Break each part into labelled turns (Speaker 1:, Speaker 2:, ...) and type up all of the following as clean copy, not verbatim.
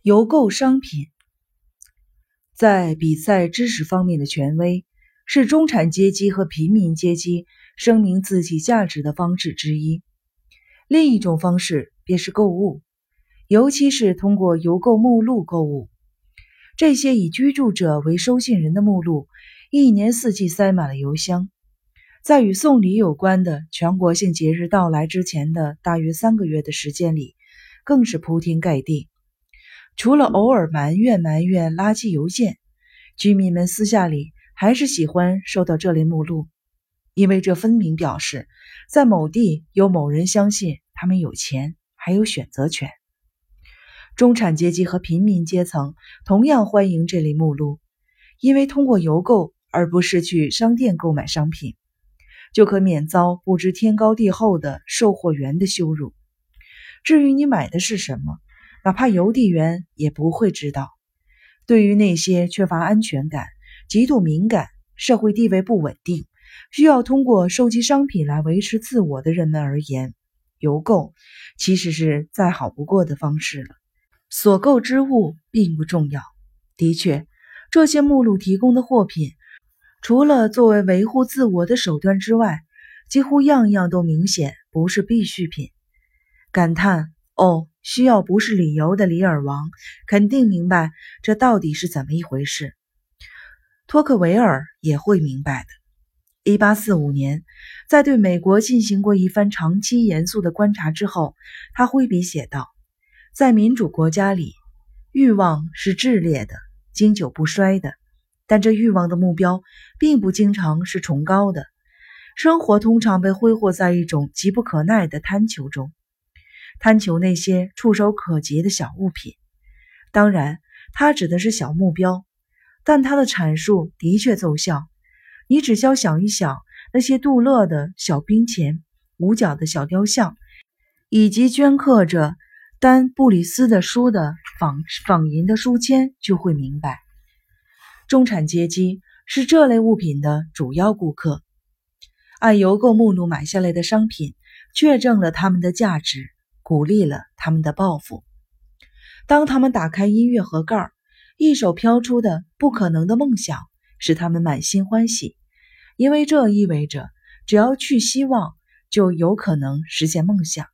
Speaker 1: 邮购商品在比赛知识方面的权威，是中产阶级和平民阶级声明自己价值的方式之一。另一种方式便是购物，尤其是通过邮购目录购物。这些以居住者为收信人的目录，一年四季塞满了邮箱。在与送礼有关的全国性节日到来之前的大约3个月的时间里，更是铺天盖地。除了偶尔埋怨垃圾邮件，居民们私下里还是喜欢收到这类目录，因为这分明表示在某地有某人相信他们有钱，还有选择权。中产阶级和平民阶层同样欢迎这类目录，因为通过邮购而不是去商店购买商品，就可免遭不知天高地厚的售货员的羞辱。至于你买的是什么，哪怕邮递员也不会知道。对于那些缺乏安全感、极度敏感、社会地位不稳定，需要通过收集商品来维持自我的人们而言，邮购其实是再好不过的方式了。所购之物并不重要。的确，这些目录提供的货品，除了作为维护自我的手段之外，几乎样样都明显不是必需品。感叹需要不是理由的李尔王肯定明白这到底是怎么一回事。托克维尔也会明白的。1845年，在对美国进行过一番长期严肃的观察之后，他挥笔写道，在民主国家里，欲望是炽烈的，经久不衰的，但这欲望的目标并不经常是崇高的。生活通常被挥霍在一种急不可耐的贪求中，贪求那些触手可及的小物品。当然，他指的是小目标，但他的阐述的确奏效。你只需要想一想那些镀铬的小冰钱、五角的小雕像，以及镌刻着丹·布里斯的书的仿银的书签，就会明白，中产阶级是这类物品的主要顾客。按邮购目录买下来的商品，确证了他们的价值，鼓励了他们的抱负。当他们打开音乐盒盖，一首飘出的不可能的梦想，使他们满心欢喜，因为这意味着只要去希望，就有可能实现梦想。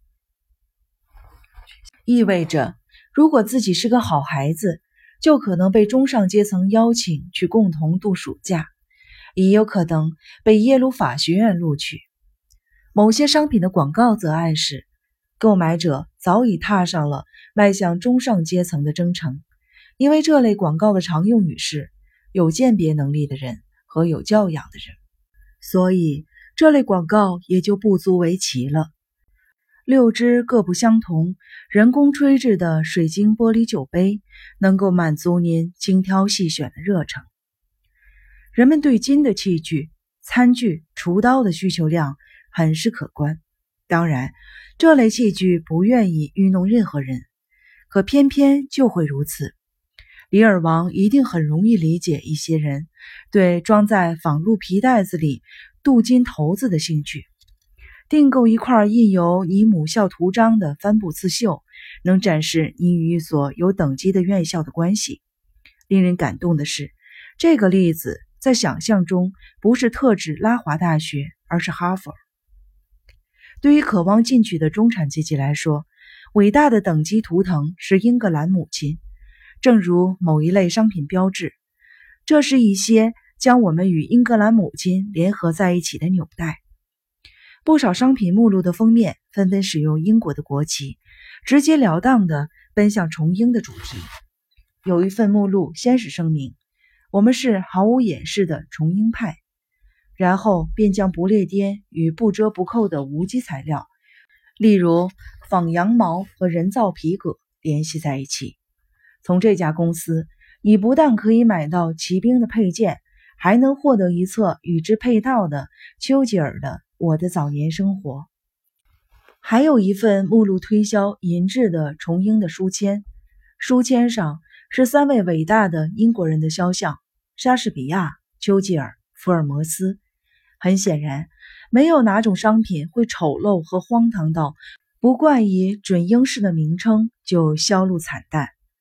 Speaker 1: 意味着如果自己是个好孩子，就可能被中上阶层邀请去共同度暑假，也有可能被耶鲁法学院录取。某些商品的广告则暗示，购买者早已踏上了迈向中上阶层的征程，因为这类广告的常用语是有鉴别能力的人和有教养的人，所以这类广告也就不足为奇了。6只各不相同、人工吹制的水晶玻璃酒杯，能够满足您精挑细选的热忱。人们对金的器具、餐具、厨刀的需求量很是可观。当然，这类器具不愿意愚弄任何人，可偏偏就会如此。李尔王一定很容易理解一些人对装在仿鹿皮袋子里镀金头子的兴趣。订购一块印有你母校图章的帆布刺绣，能展示你与一所有等级的院校的关系。令人感动的是，这个例子在想象中不是特指拉华大学，而是哈佛。对于渴望进取的中产阶级来说，伟大的等级图腾是英格兰母亲，正如某一类商品标志，这是一些将我们与英格兰母亲联合在一起的纽带。不少商品目录的封面纷纷使用英国的国旗，直截了当地奔向重英的主题。有一份目录先是声明，我们是毫无掩饰的重英派，然后便将不列颠与不折不扣的无机材料，例如仿羊毛和人造皮革联系在一起。从这家公司，你不但可以买到骑兵的配件，还能获得一册与之配套的丘吉尔的《我的早年生活》。还有一份目录推销银质的重英的书签，书签上是3位伟大的英国人的肖像：莎士比亚、丘吉尔、福尔摩斯。很显然，没有哪种商品会丑陋和荒唐到不冠以准英式的名称就销路惨淡。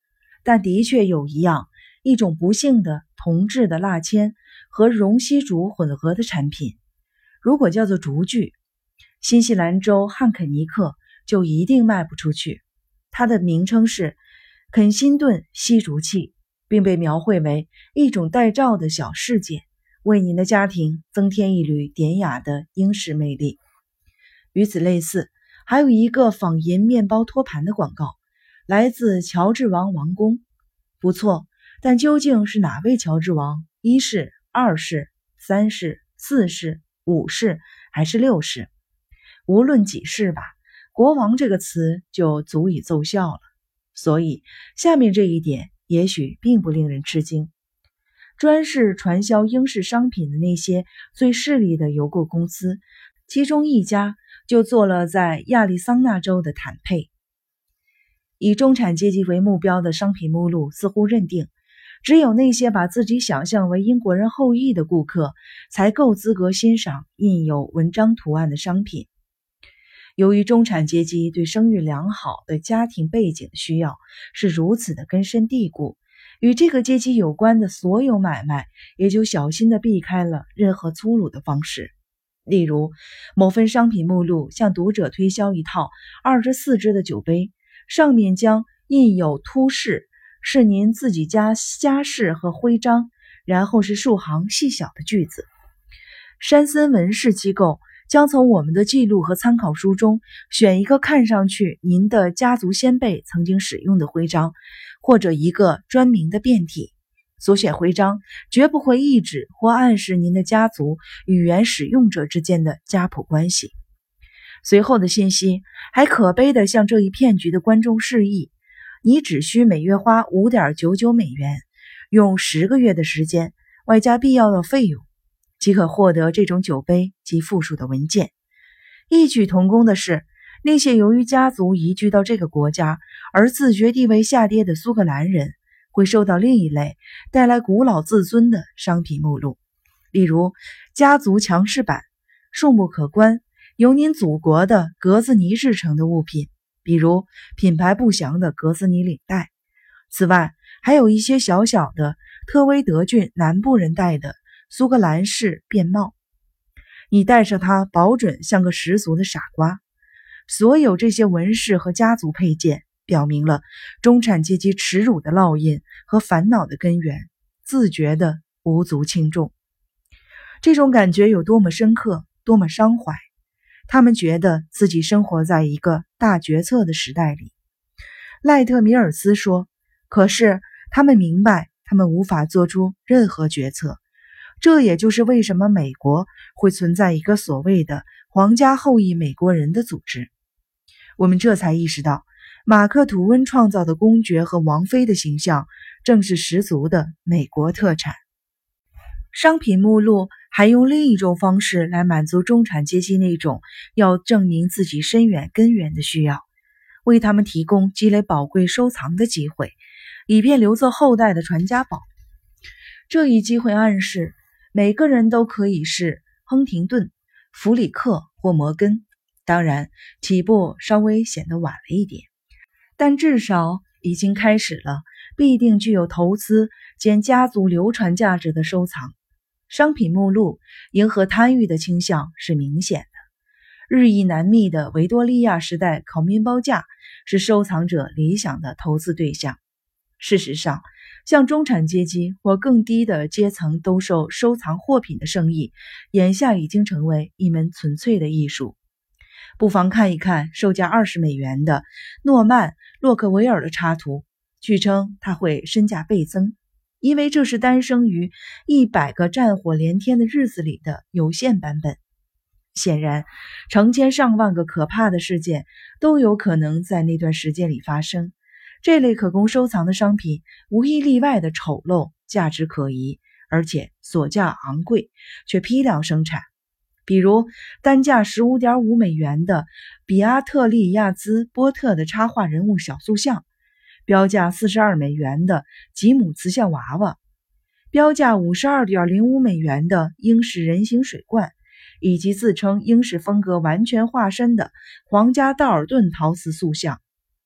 Speaker 1: 但的确有一种不幸的铜制的蜡铅和熔锡竹混合的产品，如果叫做竹具，新西兰州汉肯尼克就一定卖不出去。它的名称是肯辛顿锡竹器，并被描绘为一种带罩的小饰件，为您的家庭增添一缕典雅的英式魅力。与此类似，还有一个仿银面包托盘的广告，来自乔治王王宫。不错，但究竟是哪位乔治王？1世、2世、3世、4世、5世还是6世？无论几世吧，国王这个词就足以奏效了。所以下面这一点也许并不令人吃惊。专是传销英式商品的那些最势利的邮购公司，其中一家就做了在亚利桑那州的坦佩。以中产阶级为目标的商品目录似乎认定，只有那些把自己想象为英国人后裔的顾客才够资格欣赏印有文章图案的商品。由于中产阶级对声誉良好的家庭背景的需要是如此的根深蒂固，与这个阶级有关的所有买卖也就小心地避开了任何粗鲁的方式。例如，某份商品目录向读者推销一套24支的酒杯，上面将印有凸示，是您自己家事和徽章，然后是数行细小的句子。山森文士机构将从我们的记录和参考书中选一个看上去您的家族先辈曾经使用的徽章，或者一个专名的变体。所选徽章绝不会意指或暗示您的家族与原使用者之间的家谱关系。随后的信息还可悲地向这一骗局的观众示意，你只需每月花5.99美元，用10个月的时间，外加必要的费用，即可获得这种酒杯及附属的文件。异曲同工的是，那些由于家族移居到这个国家而自觉地位下跌的苏格兰人，会收到另一类带来古老自尊的商品目录，例如家族强势版，数目可观，由您祖国的格兹尼制成的物品，比如品牌不详的格兹尼领带。此外，还有一些小小的特威德郡南部人戴的苏格兰式便帽，你戴上它保准像个十足的傻瓜。所有这些纹饰和家族配件表明了中产阶级耻辱的烙印和烦恼的根源，自觉的无足轻重。这种感觉有多么深刻，多么伤怀。他们觉得自己生活在一个大决策的时代里。赖特米尔斯说，可是他们明白他们无法做出任何决策。这也就是为什么美国会存在一个所谓的皇家后裔美国人的组织。我们这才意识到，马克·吐温创造的公爵和王妃的形象正是十足的美国特产。商品目录还用另一种方式来满足中产阶级那种要证明自己深远根源的需要，为他们提供积累宝贵收藏的机会，以便留作后代的传家宝。这一机会暗示每个人都可以是亨廷顿、弗里克或摩根，当然起步稍微显得晚了一点，但至少已经开始了必定具有投资兼家族流传价值的收藏。商品目录迎合贪欲的倾向是明显的。日益难觅的维多利亚时代烤面包架是收藏者理想的投资对象。事实上，向中产阶级或更低的阶层兜售收藏货品的生意，眼下已经成为一门纯粹的艺术。不妨看一看售价20美元的诺曼·洛克维尔的插图，据称它会身价倍增，因为这是诞生于100个战火连天的日子里的有限版本。显然，成千上万个可怕的事件都有可能在那段时间里发生。这类可供收藏的商品无一例外的丑陋、价值可疑，而且所价昂贵，却批量生产。比如单价15.5美元的比阿特利亚兹·波特的插画人物小塑像，标价42美元的吉姆瓷像娃娃，标价52.05美元的英式人形水罐，以及自称英式风格完全化身的皇家道尔顿陶瓷塑像。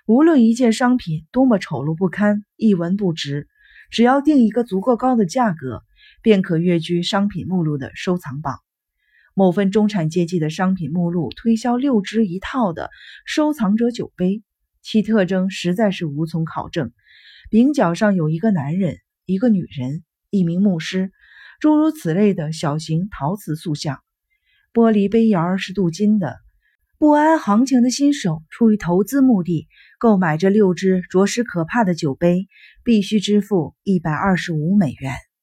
Speaker 1: 无论一件商品多么丑陋不堪、一文不值，只要定一个足够高的价格，便可跃居商品目录的收藏榜。某份中产阶级的商品目录推销6只一套的收藏者酒杯，其特征实在是无从考证。柄角上有一个男人、一个女人、一名牧师，诸如此类的小型陶瓷塑像。玻璃杯沿是镀金的。不谙行情的新手出于投资目的购买这6只着实可怕的酒杯，必须支付$125。